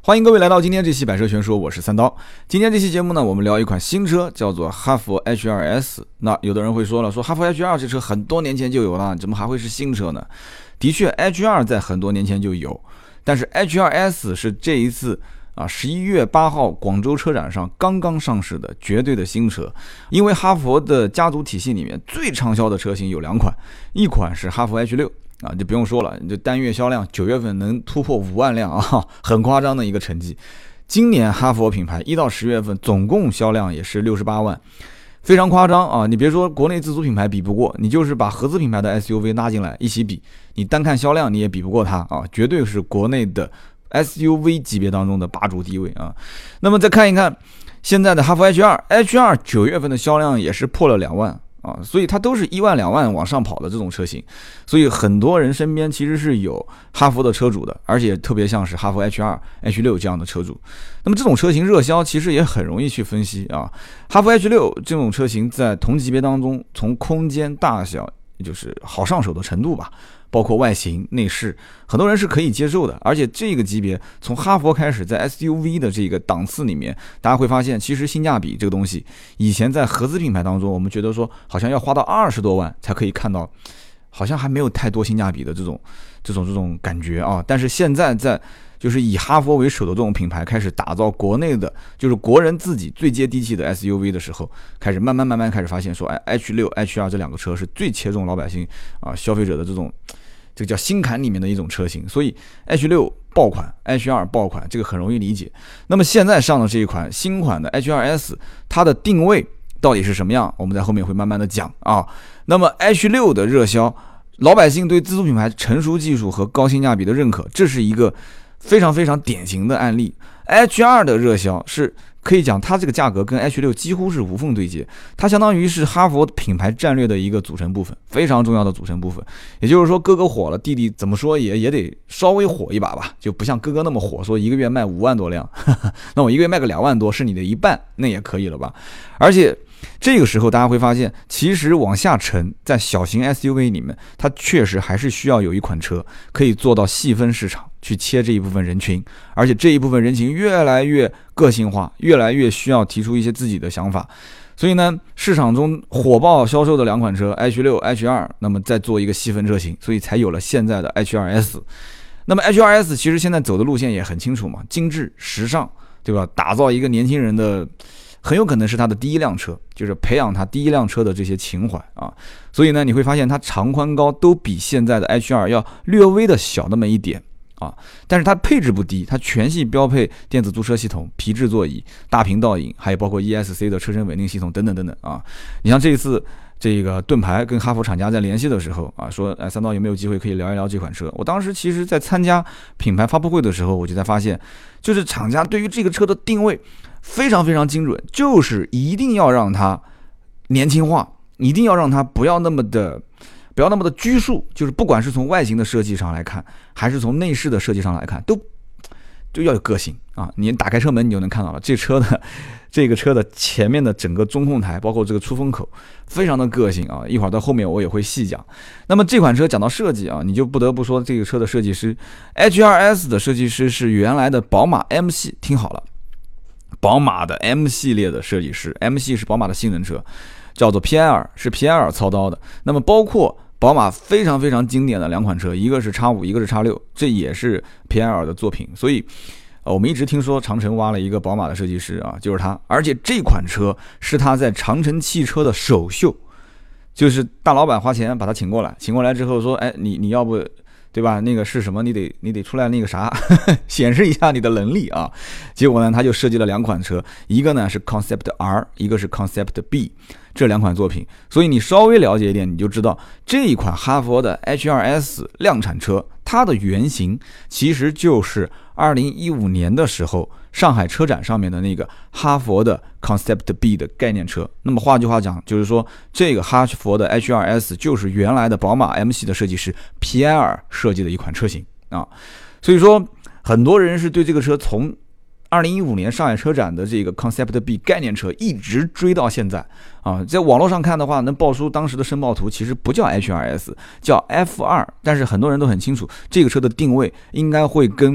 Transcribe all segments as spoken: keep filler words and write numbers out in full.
欢迎各位来到今天这期百车全说，我是三刀。今天这期节目呢，我们聊一款新车，叫做哈弗 H 二 S。那有的人会说了，说哈弗 H 二 这车很多年前就有了，怎么还会是新车呢？的确 H 二 在很多年前就有，但是 H 二 S 是这一次啊十一月八号广州车展上刚刚上市的绝对的新车。因为哈弗的家族体系里面最畅销的车型有两款，一款是哈弗 H 六。啊，就不用说了，你就单月销量九月份能突破五万辆啊，很夸张的一个成绩。今年哈弗品牌一到十月份总共销量也是六十八万，非常夸张啊！你别说国内自主品牌比不过，你就是把合资品牌的 S U V 拉进来一起比，你单看销量你也比不过它啊，绝对是国内的 S U V 级别当中的霸主地位啊。那么再看一看现在的哈弗 H 二 ，H 二 九月份的销量也是破了两万。啊，所以它都是一万两万往上跑的这种车型，所以很多人身边其实是有哈弗的车主的，而且特别像是哈弗 H 二、H 六这样的车主。那么这种车型热销其实也很容易去分析啊。哈弗 H 六这种车型在同级别当中，从空间大小，也就是好上手的程度吧，包括外形内饰，很多人是可以接受的。而且这个级别从哈弗开始，在 S U V 的这个档次里面，大家会发现其实性价比这个东西，以前在合资品牌当中我们觉得说好像要花到二十多万才可以看到，好像还没有太多性价比的这种这种这种感觉啊。但是现在在就是以哈弗为首的这种品牌开始打造国内的就是国人自己最接地气的 S U V 的时候，开始慢慢慢慢开始发现说，哎 H 六 H 二 这两个车是最切中老百姓啊消费者的这种这个叫心坎里面的一种车型。所以 H 六 爆款 H 二 爆款，这个很容易理解。那么现在上的这一款新款的 H 二 S， 它的定位到底是什么样，我们在后面会慢慢的讲啊。那么 H 六 的热销，老百姓对自主品牌成熟技术和高性价比的认可，这是一个非常非常典型的案例。 H 二 的热销是可以讲它这个价格跟 H 六 几乎是无缝对接，它相当于是哈弗品牌战略的一个组成部分，非常重要的组成部分。也就是说哥哥火了，弟弟怎么说也也得稍微火一把吧，就不像哥哥那么火，说一个月卖五万多辆那我一个月卖个两万多是你的一半，那也可以了吧。而且这个时候大家会发现，其实往下沉，在小型 S U V 里面，它确实还是需要有一款车可以做到细分市场，去切这一部分人群，而且这一部分人群越来越个性化，越来越需要提出一些自己的想法。所以呢，市场中火爆销售的两款车 H 六 H 二， 那么再做一个细分车型，所以才有了现在的 H 二 S。 那么 H 二 S 其实现在走的路线也很清楚嘛，精致时尚，对吧？打造一个年轻人的，很有可能是他的第一辆车，就是培养他第一辆车的这些情怀啊。所以呢，你会发现它长宽高都比现在的 H 二 要略微的小那么一点啊，但是它配置不低，它全系标配电子驻车系统、皮质座椅、大屏倒影，还有包括 E S C 的车身稳定系统等等等等啊。你像这一次这个盾牌跟哈弗厂家在联系的时候啊，说哎三刀有没有机会可以聊一聊这款车？我当时其实在参加品牌发布会的时候，我就在发现，就是厂家对于这个车的定位非常非常精准，就是一定要让它年轻化，一定要让它不要那么的不要那么的拘束，就是不管是从外形的设计上来看，还是从内饰的设计上来看，都都要有个性啊！你打开车门你就能看到了，这车的这个车的前面的整个中控台，包括这个出风口，非常的个性啊！一会儿到后面我也会细讲。那么这款车讲到设计啊，你就不得不说这个车的设计师 H 二 S 的设计师是原来的宝马 M 系，听好了，宝马的 M 系列的设计师 ，M 系是宝马的性能车，叫做 P I R， 是 P I R 操刀的。那么包括宝马非常非常经典的两款车，一个是 X 五， 一个是 X 六， 这也是 P I R 的作品。所以呃，我们一直听说长城挖了一个宝马的设计师啊，就是他。而且这款车是他在长城汽车的首秀，就是大老板花钱把他请过来，请过来之后说，哎，你你要不对吧？那个是什么？你得你得出来那个啥，显示一下你的能力啊！结果呢，他就设计了两款车，一个呢是 Concept R， 一个是 Concept B， 这两款作品。所以你稍微了解一点，你就知道这一款哈弗的 H 二 S 量产车，它的原型其实就是二零一五年的时候上海车展上面的那个哈佛的 Concept B 的概念车。那么换句话讲，就是说这个哈佛的 H 二 S 就是原来的宝马 M 系的设计师皮埃尔设计的一款车型啊。所以说很多人是对这个车从二零一五年上海车展的这个 Concept B 概念车一直追到现在啊，在网络上看的话，能爆出当时的申报图其实不叫 H 二 S， 叫 F 二， 但是很多人都很清楚，这个车的定位应该会跟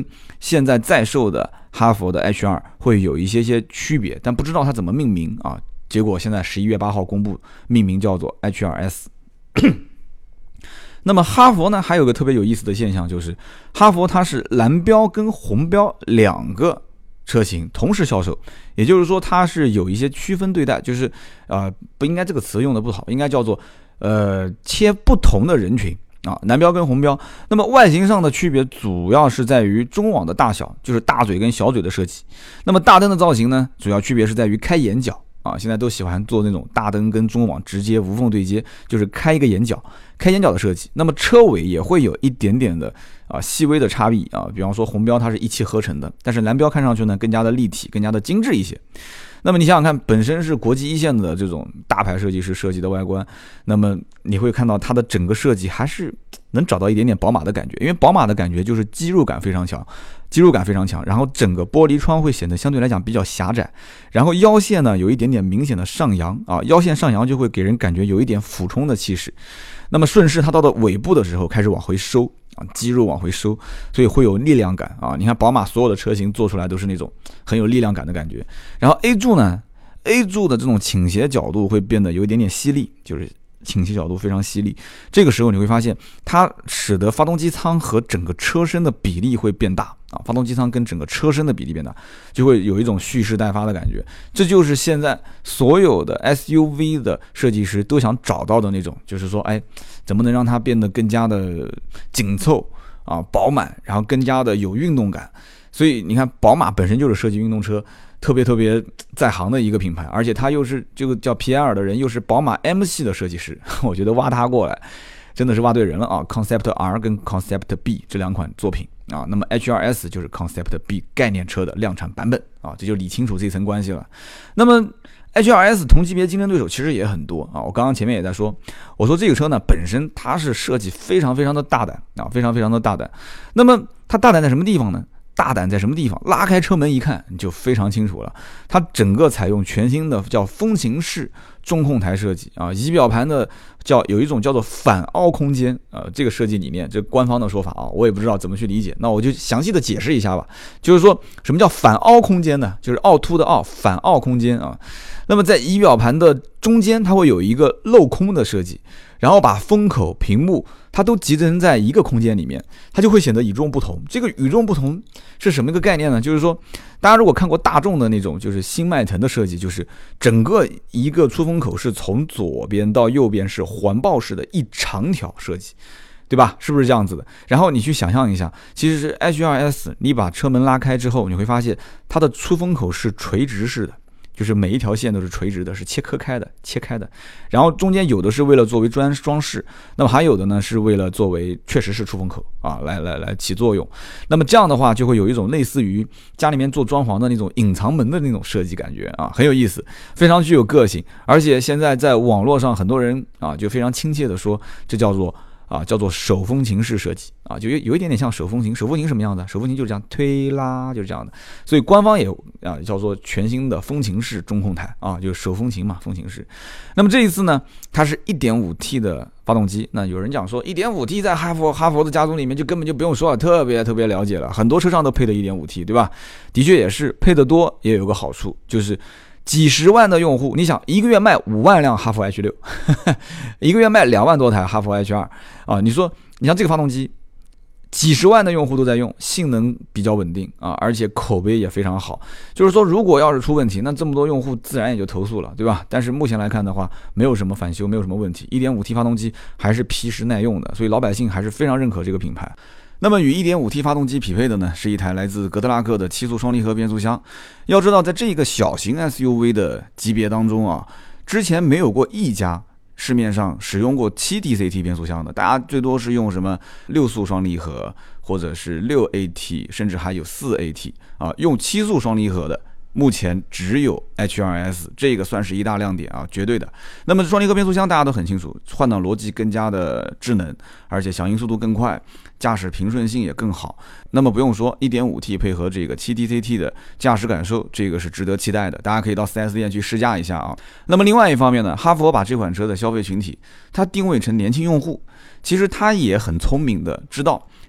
现在在售的哈弗的 H 二会有一些些区别，但不知道它怎么命名啊。结果现在十一月八号公布，命名叫做 H 二 S。那么哈弗呢，还有个特别有意思的现象，就是哈弗它是蓝标跟红标两个车型同时销售，也就是说它是有一些区分对待，就是呃不应该这个词用的不好，应该叫做呃切不同的人群啊，蓝标跟红标。那么外形上的区别主要是在于中网的大小，就是大嘴跟小嘴的设计。那么大灯的造型呢，主要区别是在于开眼角啊，现在都喜欢做那种大灯跟中网直接无缝对接，就是开一个眼角，开眼角的设计。那么车尾也会有一点点的啊细微的差异啊，比方说红标它是一气呵成的，但是蓝标看上去呢更加的立体，更加的精致一些。那么你想想看，本身是国际一线的这种大牌设计师设计的外观，那么你会看到它的整个设计还是能找到一点点宝马的感觉，因为宝马的感觉就是肌肉感非常强，肌肉感非常强，然后整个玻璃窗会显得相对来讲比较狭窄，然后腰线呢有一点点明显的上扬啊，腰线上扬就会给人感觉有一点俯冲的气势。那么顺势它到了尾部的时候开始往回收啊，肌肉往回收，所以会有力量感啊。你看宝马所有的车型做出来都是那种很有力量感的感觉。然后 A 柱呢 ，A 柱的这种倾斜角度会变得有一点点犀利，就是倾斜角度非常犀利。这个时候你会发现，它使得发动机舱和整个车身的比例会变大啊，发动机舱跟整个车身的比例变大，就会有一种蓄势待发的感觉。这就是现在所有的 S U V 的设计师都想找到的那种，就是说，哎，怎么能让它变得更加的紧凑啊、饱满，然后更加的有运动感。所以你看，宝马本身就是设计运动车特别特别在行的一个品牌，而且他又是这个叫皮埃尔的人，又是宝马 M 系的设计师，我觉得挖他过来真的是挖对人了啊 ！Concept R 跟 Concept B 这两款作品啊，那么 H 二 S 就是 Concept B 概念车的量产版本啊，这就理清楚这层关系了。那么 H 二 S 同级别竞争对手其实也很多啊，我刚刚前面也在说，我说这个车呢本身它是设计非常非常的大胆啊，非常非常的大胆。那么它大胆在什么地方呢？大胆在什么地方？拉开车门一看，你就非常清楚了。它整个采用全新的叫风琴式中控台设计啊，仪表盘的叫有一种叫做反凹空间啊，这个设计理念，这官方的说法啊，我也不知道怎么去理解。那我就详细的解释一下吧。就是说什么叫反凹空间呢？就是凹凸的凹，反凹空间啊。那么在仪表盘的中间，它会有一个镂空的设计，然后把风口、屏幕它都集成在一个空间里面，它就会显得与众不同。这个与众不同是什么一个概念呢？就是说，大家如果看过大众的那种就是新迈腾的设计，就是整个一个出风口是从左边到右边是环抱式的一长条设计，对吧？是不是这样子的？然后你去想象一下，其实是 H 二 S， 你把车门拉开之后，你会发现它的出风口是垂直式的。就是每一条线都是垂直的，是切割开的，切开的。然后中间有的是为了作为装装饰，那么还有的呢是为了作为确实是出风口啊，来来来起作用。那么这样的话就会有一种类似于家里面做装潢的那种隐藏门的那种设计感觉啊，很有意思，非常具有个性。而且现在在网络上很多人啊就非常亲切的说，这叫做啊，叫做手风琴式设计啊，就有有一点点像手风琴。手风琴什么样的？手风琴就是这样推拉，就是这样的。所以官方也啊叫做全新的风琴式中控台啊，就是手风琴嘛，风琴式。那么这一次呢，它是 一点五 T 的发动机。那有人讲说 一点五 T 在哈佛哈佛的家族里面就根本就不用说了，特别特别了解了，很多车上都配的 一点五 T， 对吧？的确也是，配的多也有个好处，就是几十万的用户，你想一个月卖五万辆哈弗 H 六， 一个月卖两万多台哈弗 H 二啊，你说你像这个发动机，几十万的用户都在用，性能比较稳定啊，而且口碑也非常好。就是说，如果要是出问题，那这么多用户自然也就投诉了，对吧？但是目前来看的话，没有什么返修，没有什么问题。一点五 T 发动机还是皮实耐用的，所以老百姓还是非常认可这个品牌。那么与 一点五 T 发动机匹配的呢，是一台来自哥特拉克的七速双离合变速箱。要知道，在这个小型 S U V 的级别当中啊，之前没有过一家市面上使用过 七 D C T 变速箱的，大家最多是用什么六速双离合，或者是六 A T， 甚至还有四 A T 啊，用七速双离合的目前只有 H 二 S， 这个算是一大亮点啊，绝对的。那么双离合变速箱大家都很清楚，换挡逻辑更加的智能，而且响应速度更快，驾驶平顺性也更好。那么不用说 一点五 T 配合这个 七 D C T 的驾驶感受，这个是值得期待的，大家可以到 四 S 店去试驾一下啊。那么另外一方面呢，哈弗把这款车的消费群体它定位成年轻用户，其实它也很聪明的知道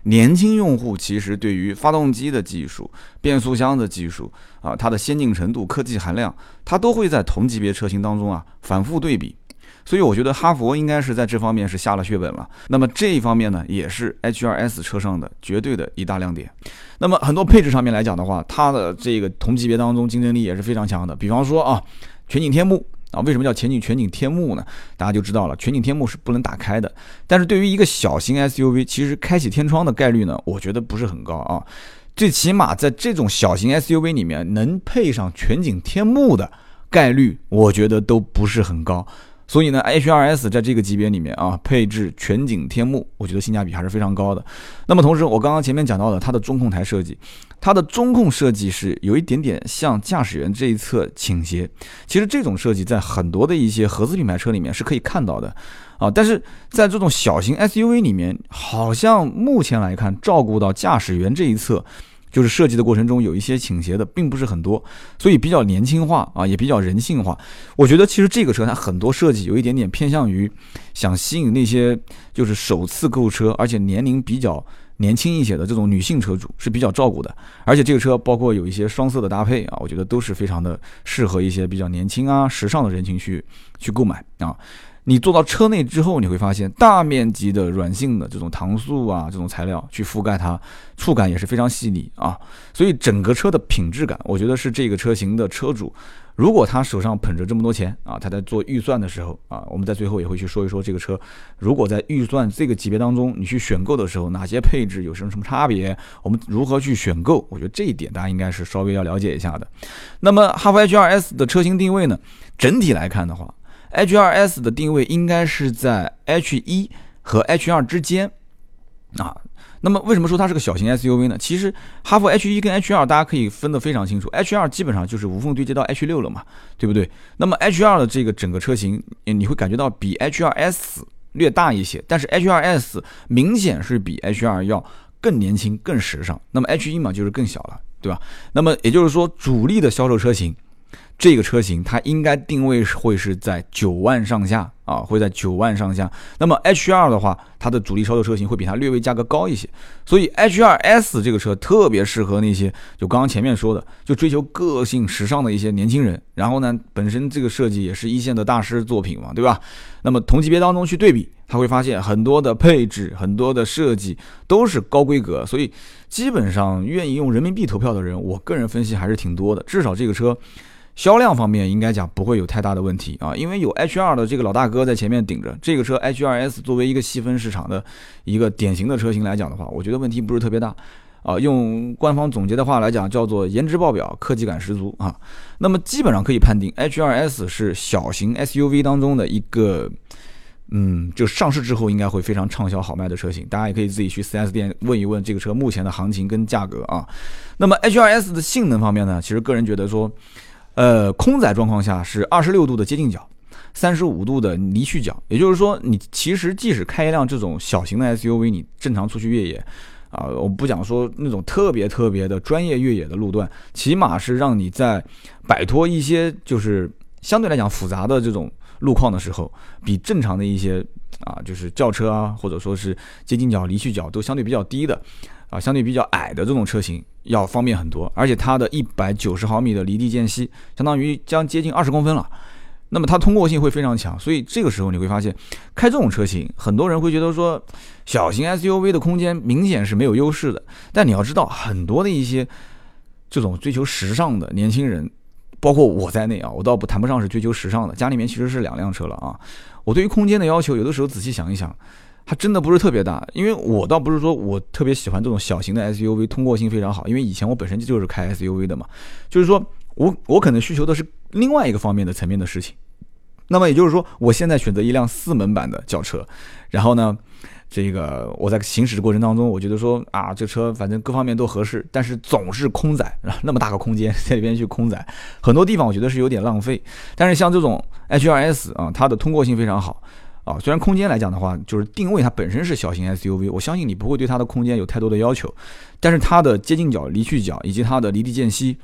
年轻用户其实对于发动机的技术、变速箱的技术啊，它的先进程度、科技含量，它都会在同级别车型当中啊反复对比。所以我觉得哈弗应该是在这方面是下了血本了。那么这一方面呢，也是 H R S 车上的绝对的一大亮点。那么很多配置上面来讲的话，它的这个同级别当中竞争力也是非常强的。比方说啊，全景天幕啊，为什么叫全景全景天幕呢？大家就知道了，全景天幕是不能打开的。但是对于一个小型 S U V， 其实开启天窗的概率呢，我觉得不是很高啊。最起码在这种小型 S U V 里面，能配上全景天幕的概率，我觉得都不是很高。所以呢 H R S 在这个级别里面啊，配置全景天幕，我觉得性价比还是非常高的。那么同时我刚刚前面讲到的它的中控台设计，它的中控设计是有一点点向驾驶员这一侧倾斜。其实这种设计在很多的一些合资品牌车里面是可以看到的啊，但是在这种小型 S U V 里面，好像目前来看照顾到驾驶员这一侧，就是设计的过程中有一些倾斜的并不是很多，所以比较年轻化啊，也比较人性化。我觉得其实这个车它很多设计有一点点偏向于想吸引那些就是首次购车而且年龄比较年轻一些的这种女性车主，是比较照顾的。而且这个车包括有一些双色的搭配啊，我觉得都是非常的适合一些比较年轻啊时尚的人群去去购买啊。你坐到车内之后，你会发现大面积的软性的这种搪塑啊，这种材料去覆盖它，触感也是非常细腻啊。所以整个车的品质感，我觉得是这个车型的车主，如果他手上捧着这么多钱啊，他在做预算的时候啊，我们在最后也会去说一说这个车，如果在预算这个级别当中，你去选购的时候，哪些配置有什么什么差别，我们如何去选购，我觉得这一点大家应该是稍微要了解一下的。那么哈弗 H R S 的车型定位呢，整体来看的话，H R S 的定位应该是在 H 一 和 H 二 之间啊。那么为什么说它是个小型 S U V 呢？其实哈弗 H 一 跟 H 二 大家可以分得非常清楚， H 二 基本上就是无缝对接到 H 六 了嘛，对不对？那么 H 二 的这个整个车型你会感觉到比 H 二 S 略大一些，但是 H 二 S 明显是比 H 二 要更年轻更时尚，那么 H 一 嘛就是更小了，对吧？那么也就是说主力的销售车型，这个车型它应该定位会是在九万上下啊，会在九万上下。那么 H 二 的话，它的主力销售车型会比它略微价格高一些，所以 H 二 S 这个车特别适合那些就刚刚前面说的，就追求个性时尚的一些年轻人。然后呢，本身这个设计也是一线的大师作品嘛，对吧？那么同级别当中去对比，他会发现很多的配置、很多的设计都是高规格，所以基本上愿意用人民币投票的人，我个人分析还是挺多的。至少这个车销量方面应该讲不会有太大的问题啊，因为有 H 二 的这个老大哥在前面顶着，这个车 H 二 S 作为一个细分市场的一个典型的车型来讲的话，我觉得问题不是特别大啊。用官方总结的话来讲，叫做颜值爆表，科技感十足啊。那么基本上可以判定 H 二 S 是小型 S U V 当中的一个嗯，就上市之后应该会非常畅销好卖的车型，大家也可以自己去 四 S 店问一问这个车目前的行情跟价格啊。那么 H 二 S 的性能方面呢，其实个人觉得说呃，空载状况下是二十六度的接近角，三十五度的离去角，也就是说，你其实即使开一辆这种小型的 S U V， 你正常出去越野啊、呃，我不讲说那种特别特别的专业越野的路段，起码是让你在摆脱一些就是相对来讲复杂的这种路况的时候，比正常的一些啊，就是轿车啊，或者说是接近角、离去角都相对比较低的。啊，相对比较矮的这种车型要方便很多，而且它的一百九十毫米的离地间隙，相当于将接近二十公分了。那么它通过性会非常强，所以这个时候你会发现，开这种车型，很多人会觉得说，小型 S U V 的空间明显是没有优势的。但你要知道，很多的一些这种追求时尚的年轻人，包括我在内啊，我倒不谈不上是追求时尚的，家里面其实是两辆车了啊。我对于空间的要求，有的时候仔细想一想，它真的不是特别大，因为我倒不是说我特别喜欢这种小型的 S U V， 通过性非常好，因为以前我本身就是开 S U V 的嘛，就是说我我可能需求的是另外一个方面的层面的事情。那么也就是说，我现在选择一辆四门版的轿车，然后呢，这个我在行驶的过程当中，我觉得说啊，这车反正各方面都合适，但是总是空载，那么大个空间在里边去空载，很多地方我觉得是有点浪费。但是像这种 H 二 S 啊，它的通过性非常好。啊，虽然空间来讲的话，就是定位它本身是小型 S U V， 我相信你不会对它的空间有太多的要求，但是它的接近角、离去角以及它的离地间隙，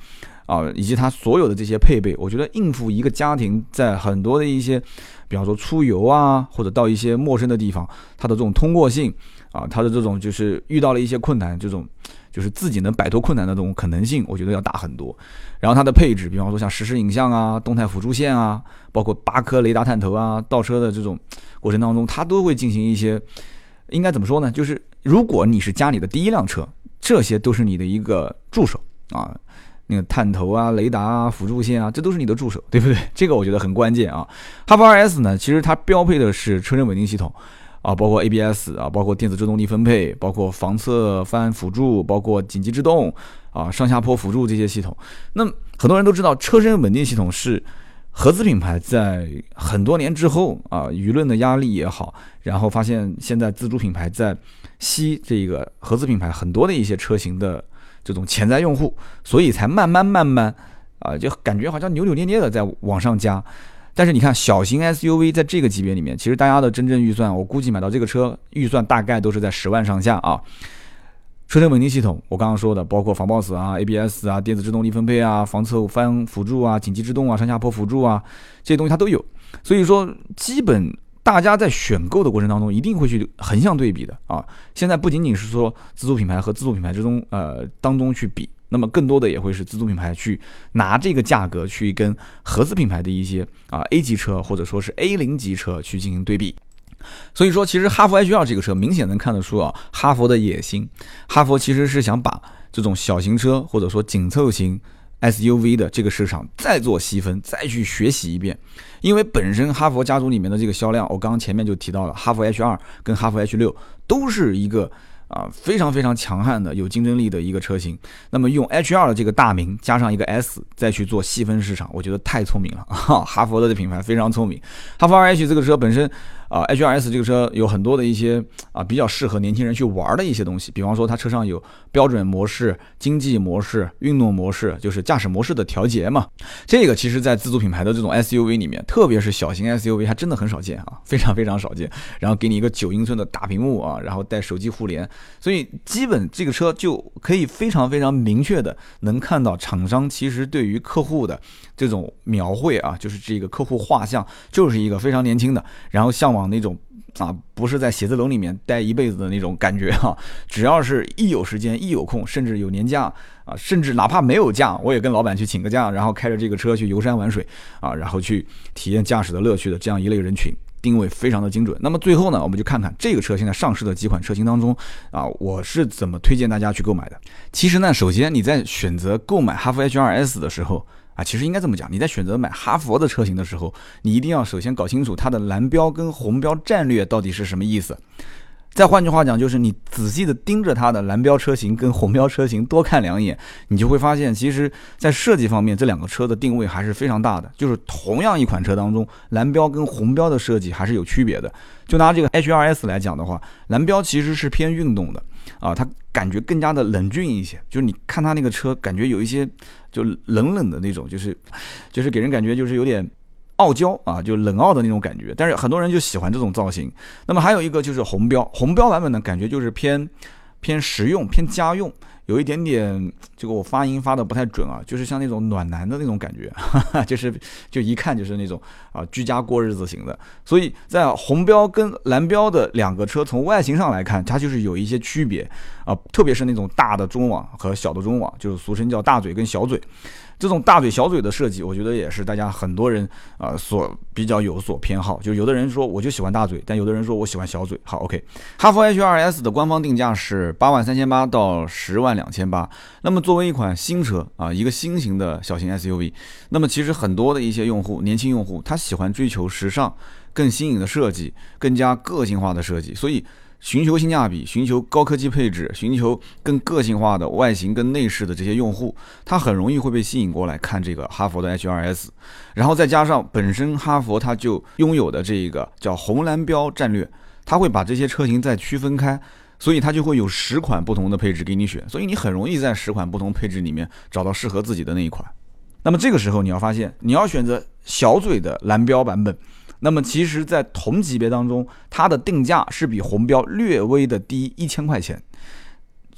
啊，以及它所有的这些配备，我觉得应付一个家庭在很多的一些，比方说出游啊，或者到一些陌生的地方，它的这种通过性啊，它的这种就是遇到了一些困难，这种就是自己能摆脱困难的这种可能性，我觉得要大很多。然后它的配置，比方说像实时影像啊、动态辅助线啊，包括八颗雷达探头啊，倒车的这种过程当中，它都会进行一些，应该怎么说呢？就是如果你是家里的第一辆车，这些都是你的一个助手啊。那个探头啊、雷达啊、辅助线啊，这都是你的助手，对不对？这个我觉得很关键啊。哈弗 二 S 呢，其实它标配的是车身稳定系统啊，包括 A B S 啊，包括电子制动力分配，包括防侧翻辅助，包括紧急制动啊、上下坡辅助这些系统。那么很多人都知道，车身稳定系统是合资品牌在很多年之后啊，舆论的压力也好，然后发现现在自主品牌在吸这个合资品牌很多的一些车型的这种潜在用户，所以才慢慢慢慢啊，就感觉好像扭扭捏捏的在往上加。但是你看小型 S U V 在这个级别里面，其实大家的真正预算，我估计买到这个车预算大概都是在十万上下啊。车身稳定系统我刚刚说的，包括防抱死啊、A B S 啊、电子制动力分配啊、防侧翻辅助啊、紧急制动啊、上下坡辅助啊，这些东西它都有。所以说基本大家在选购的过程当中一定会去横向对比的啊。现在不仅仅是说自主品牌和自主品牌之中呃当中去比，那么更多的也会是自主品牌去拿这个价格去跟合资品牌的一些啊 A 级车或者说是 A 零 级车去进行对比。所以说其实哈弗 H 二 这个车明显能看得出啊，哈弗的野心。哈弗其实是想把这种小型车或者说紧凑型 S U V 的这个市场再做细分，再去学习一遍。因为本身哈弗家族里面的这个销量，我刚刚前面就提到了，哈弗 H 二 跟哈弗 H 六都是一个啊非常非常强悍的有竞争力的一个车型。那么用 H 二 的这个大名加上一个 S 再去做细分市场，我觉得太聪明了啊！哈弗的这品牌非常聪明。哈弗 二 H 这个车本身啊 H 二 S 这个车有很多的一些啊比较适合年轻人去玩的一些东西，比方说它车上有标准模式、经济模式、运动模式，就是驾驶模式的调节嘛。这个其实在自主品牌的这种 S U V 里面，特别是小型 S U V 还真的很少见啊，非常非常少见。然后给你一个九英寸的大屏幕啊，然后带手机互联，所以基本这个车就可以非常非常明确的能看到厂商其实对于客户的这种描绘啊，就是这个客户画像就是一个非常年轻的，然后向往那种啊不是在写字楼里面待一辈子的那种感觉啊，只要是一有时间一有空，甚至有年假啊，甚至哪怕没有假，我也跟老板去请个假，然后开着这个车去游山玩水啊，然后去体验驾驶的乐趣的这样一类人群。定位非常的精准。那么最后呢，我们就看看这个车现在上市的几款车型当中啊，我是怎么推荐大家去购买的。其实呢，首先你在选择购买哈弗 H 二 S 的时候啊，其实应该这么讲，你在选择买哈弗的车型的时候，你一定要首先搞清楚它的蓝标跟红标战略到底是什么意思。再换句话讲，就是你仔细的盯着它的蓝标车型跟红标车型多看两眼，你就会发现，其实在设计方面，这两个车的定位还是非常大的。就是同样一款车当中，蓝标跟红标的设计还是有区别的。就拿这个 H 二 S 来讲的话，蓝标其实是偏运动的啊，它感觉更加的冷峻一些。就是你看它那个车，感觉有一些就冷冷的那种，就是就是给人感觉就是有点傲娇啊，就冷傲的那种感觉，但是很多人就喜欢这种造型。那么还有一个就是红标，红标版本呢，感觉就是偏偏实用、偏家用，有一点点这个我发音发的不太准啊，就是像那种暖男的那种感觉，哈哈，就是就一看就是那种啊居家过日子型的。所以在红标跟蓝标的两个车从外形上来看，它就是有一些区别啊，特别是那种大的中网和小的中网，就是俗称叫大嘴跟小嘴。这种大嘴小嘴的设计，我觉得也是大家很多人啊、呃、所比较有所偏好。就有的人说我就喜欢大嘴，但有的人说我喜欢小嘴。好 ，OK， 哈弗 H 二 S 的官方定价是八万三千八到十万两千八。那么作为一款新车啊，一个新型的小型 S U V， 那么其实很多的一些用户，年轻用户，他喜欢追求时尚、更新颖的设计、更加个性化的设计，所以寻求性价比，寻求高科技配置，寻求更个性化的外形跟内饰的这些用户，他很容易会被吸引过来看这个哈弗的 H 二 S。 然后再加上本身哈弗它就拥有的这个叫红蓝标战略，它会把这些车型再区分开，所以它就会有十款不同的配置给你选，所以你很容易在十款不同配置里面找到适合自己的那一款。那么这个时候你要发现，你要选择小嘴的蓝标版本，那么其实在同级别当中，它的定价是比红标略微的低一千块钱。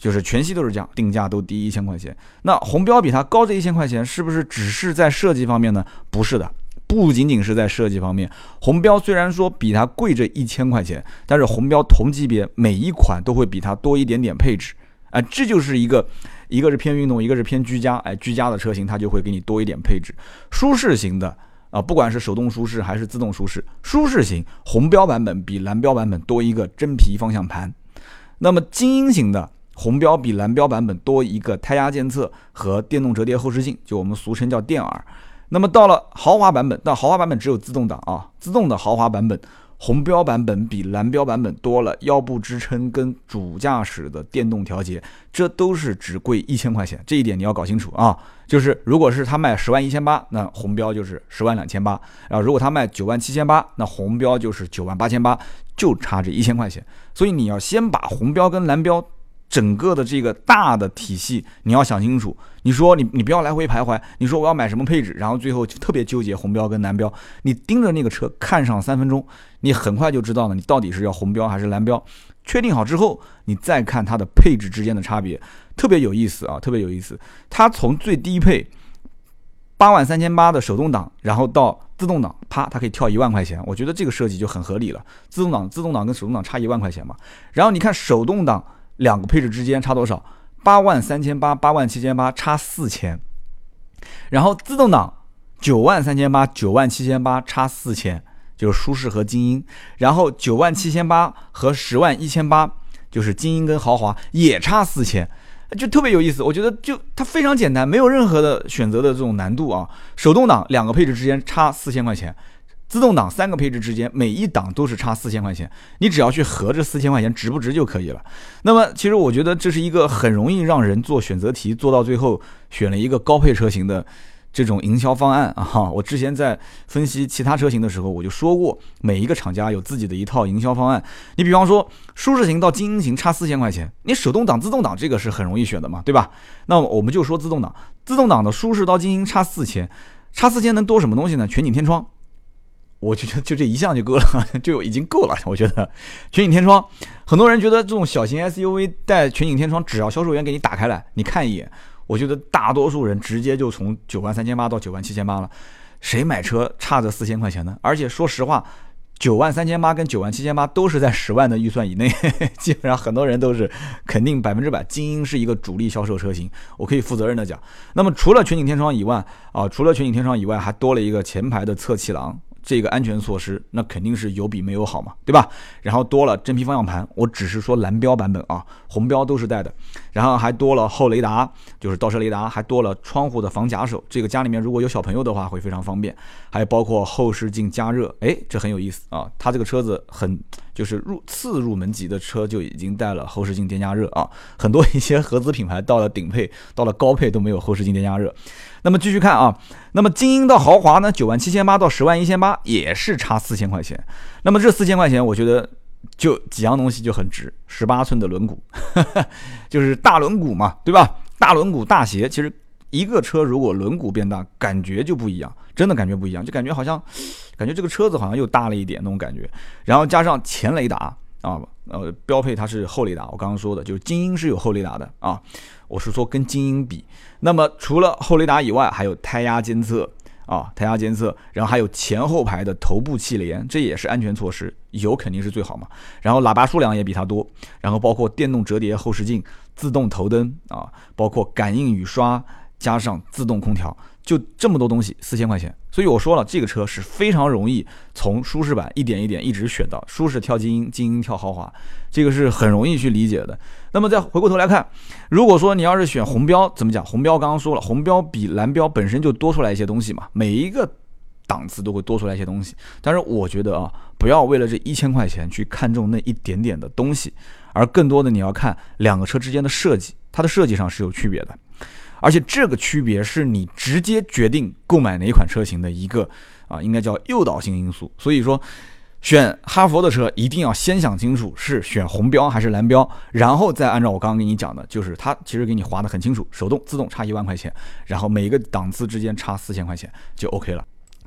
就是全系都是这样，定价都低一千块钱。那红标比它高这一千块钱，是不是只是在设计方面呢？不是的，不仅仅是在设计方面。红标虽然说比它贵这一千块钱，但是红标同级别每一款都会比它多一点点配置。哎，这就是一个，一个是偏运动，一个是偏居家。哎，居家的车型它就会给你多一点配置。舒适型的啊，不管是手动舒适还是自动舒适，舒适型红标版本比蓝标版本多一个真皮方向盘。那么精英型的红标比蓝标版本多一个胎压监测和电动折叠后视镜，就我们俗称叫电耳。那么到了豪华版本，但豪华版本只有自动挡啊，自动的豪华版本。红标版本比蓝标版本多了腰部支撑跟主驾驶的电动调节，这都是只贵一千块钱，这一点你要搞清楚啊。就是如果是他卖十万一千八，那红标就是十万两千八，然后如果他卖九万七千八，那红标就是九万八千八，就差这一千块钱。所以你要先把红标跟蓝标整个的这个大的体系你要想清楚。你说你你不要来回徘徊，你说我要买什么配置，然后最后就特别纠结红标跟蓝标，你盯着那个车看上三分钟，你很快就知道了你到底是要红标还是蓝标。确定好之后，你再看它的配置之间的差别，特别有意思啊，特别有意思。它从最低配八万三千八的手动挡，然后到自动挡，啪，它可以跳一万块钱，我觉得这个设计就很合理了。自动挡自动挡跟手动挡差一万块钱嘛，然后你看手动挡两个配置之间差多少？八万三千八、八万七千八，差四千。然后自动挡九万三千八、九万七千八，差四千，就是舒适和精英。然后九万七千八和十万一千八，就是精英跟豪华，也差四千，就特别有意思。我觉得就它非常简单，没有任何的选择的这种难度啊。手动挡两个配置之间差四千块钱。自动挡三个配置之间，每一档都是差四千块钱，你只要去合这四千块钱值不值就可以了。那么，其实我觉得这是一个很容易让人做选择题，做到最后选了一个高配车型的这种营销方案啊。我之前在分析其他车型的时候，我就说过，每一个厂家有自己的一套营销方案。你比方说，舒适型到精英型差四千块钱，你手动挡、自动挡这个是很容易选的嘛，对吧？那我们就说自动挡，自动挡的舒适到精英差四千，差四千能多什么东西呢？全景天窗。我觉得就这一项就够了，就已经够了。我觉得全景天窗，很多人觉得这种小型 S U V 带全景天窗，只要销售员给你打开来，你看一眼，我觉得大多数人直接就从九万三千八到九万七千八了。谁买车差这四千块钱呢？而且说实话，九万三千八跟九万七千八都是在十万的预算以内，基本上很多人都是肯定百分之百，精英是一个主力销售车型，我可以负责任的讲。那么除了全景天窗以外啊，除了全景天窗以外，还多了一个前排的侧气囊。这个安全措施，那肯定是有比没有好嘛，对吧？然后多了真皮方向盘，我只是说蓝标版本啊，红标都是带的。然后还多了后雷达，就是倒车雷达，还多了窗户的防夹手，这个家里面如果有小朋友的话会非常方便。还有包括后视镜加热，哎，这很有意思啊。它这个车子很就是入次入门级的车就已经带了后视镜电加热啊，很多一些合资品牌到了顶配、到了高配都没有后视镜电加热。那么继续看啊，那么精英到豪华呢，九万七千八到十万一千八也是差四千块钱。那么这四千块钱，我觉得就几样东西就很值，十八寸的轮毂，就是大轮毂嘛，对吧？大轮毂大鞋，其实一个车如果轮毂变大，感觉就不一样，真的感觉不一样，就感觉好像，感觉这个车子好像又大了一点那种感觉。然后加上前雷达啊，呃，标配它是后雷达，我刚刚说的就是精英是有后雷达的啊，我是说跟精英比。那么除了后雷达以外，还有胎压监测啊，胎压监测，然后还有前后排的头部气帘，这也是安全措施，有肯定是最好嘛。然后喇叭数量也比它多，然后包括电动折叠后视镜、自动头灯啊，包括感应雨刷，加上自动空调，就这么多东西，四千块钱。所以我说了，这个车是非常容易从舒适版一点一点一直选到舒适跳精英，精英跳豪华，这个是很容易去理解的。那么再回过头来看，如果说你要是选红标，怎么讲？红标刚刚说了，红标比蓝标本身就多出来一些东西嘛，每一个档次都会多出来一些东西。但是我觉得啊，不要为了这一千块钱去看重那一点点的东西，而更多的你要看两个车之间的设计，它的设计上是有区别的。而且这个区别是你直接决定购买哪一款车型的一个啊，应该叫诱导性因素。所以说，选哈弗的车一定要先想清楚是选红标还是蓝标，然后再按照我刚刚跟你讲的，就是它其实给你划得很清楚，手动、自动差一万块钱，然后每个档次之间差四千块钱就 OK 了。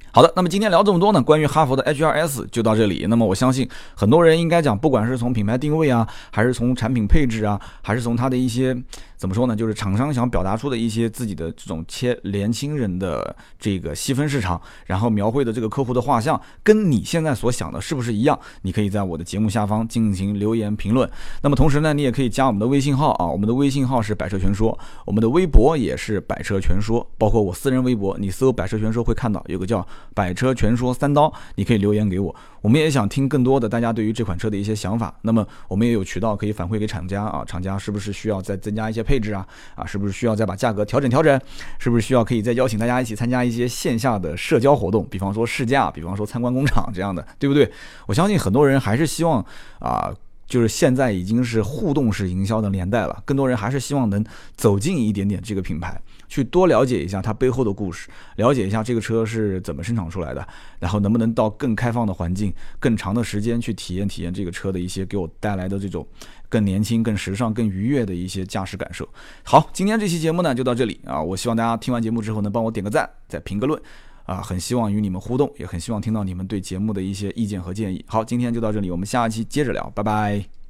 好的，那么今天聊这么多呢，关于哈弗的 H 二 S 就到这里。那么我相信很多人应该讲，不管是从品牌定位啊，还是从产品配置啊，还是从它的一些怎么说呢，就是厂商想表达出的一些自己的这种切年轻人的这个细分市场，然后描绘的这个客户的画像，跟你现在所想的是不是一样？你可以在我的节目下方进行留言评论。那么同时呢，你也可以加我们的微信号啊，我们的微信号是百车全说，我们的微博也是百车全说，包括我私人微博，你搜百车全说会看到有个叫百车全说三刀，你可以留言给我。我们也想听更多的大家对于这款车的一些想法，那么我们也有渠道可以反馈给厂家啊，厂家是不是需要再增加一些配置啊？啊，是不是需要再把价格调整调整？是不是需要可以再邀请大家一起参加一些线下的社交活动，比方说试驾，比方说参观工厂这样的，对不对？我相信很多人还是希望啊。就是现在已经是互动式营销的年代了，更多人还是希望能走近一点点这个品牌，去多了解一下它背后的故事，了解一下这个车是怎么生产出来的，然后能不能到更开放的环境，更长的时间去体验体验这个车的一些给我带来的这种更年轻、更时尚、更愉悦的一些驾驶感受。好，今天这期节目呢就到这里啊，我希望大家听完节目之后能帮我点个赞，再评个论。啊，很希望与你们互动，也很希望听到你们对节目的一些意见和建议。好，今天就到这里，我们下期接着聊，拜拜。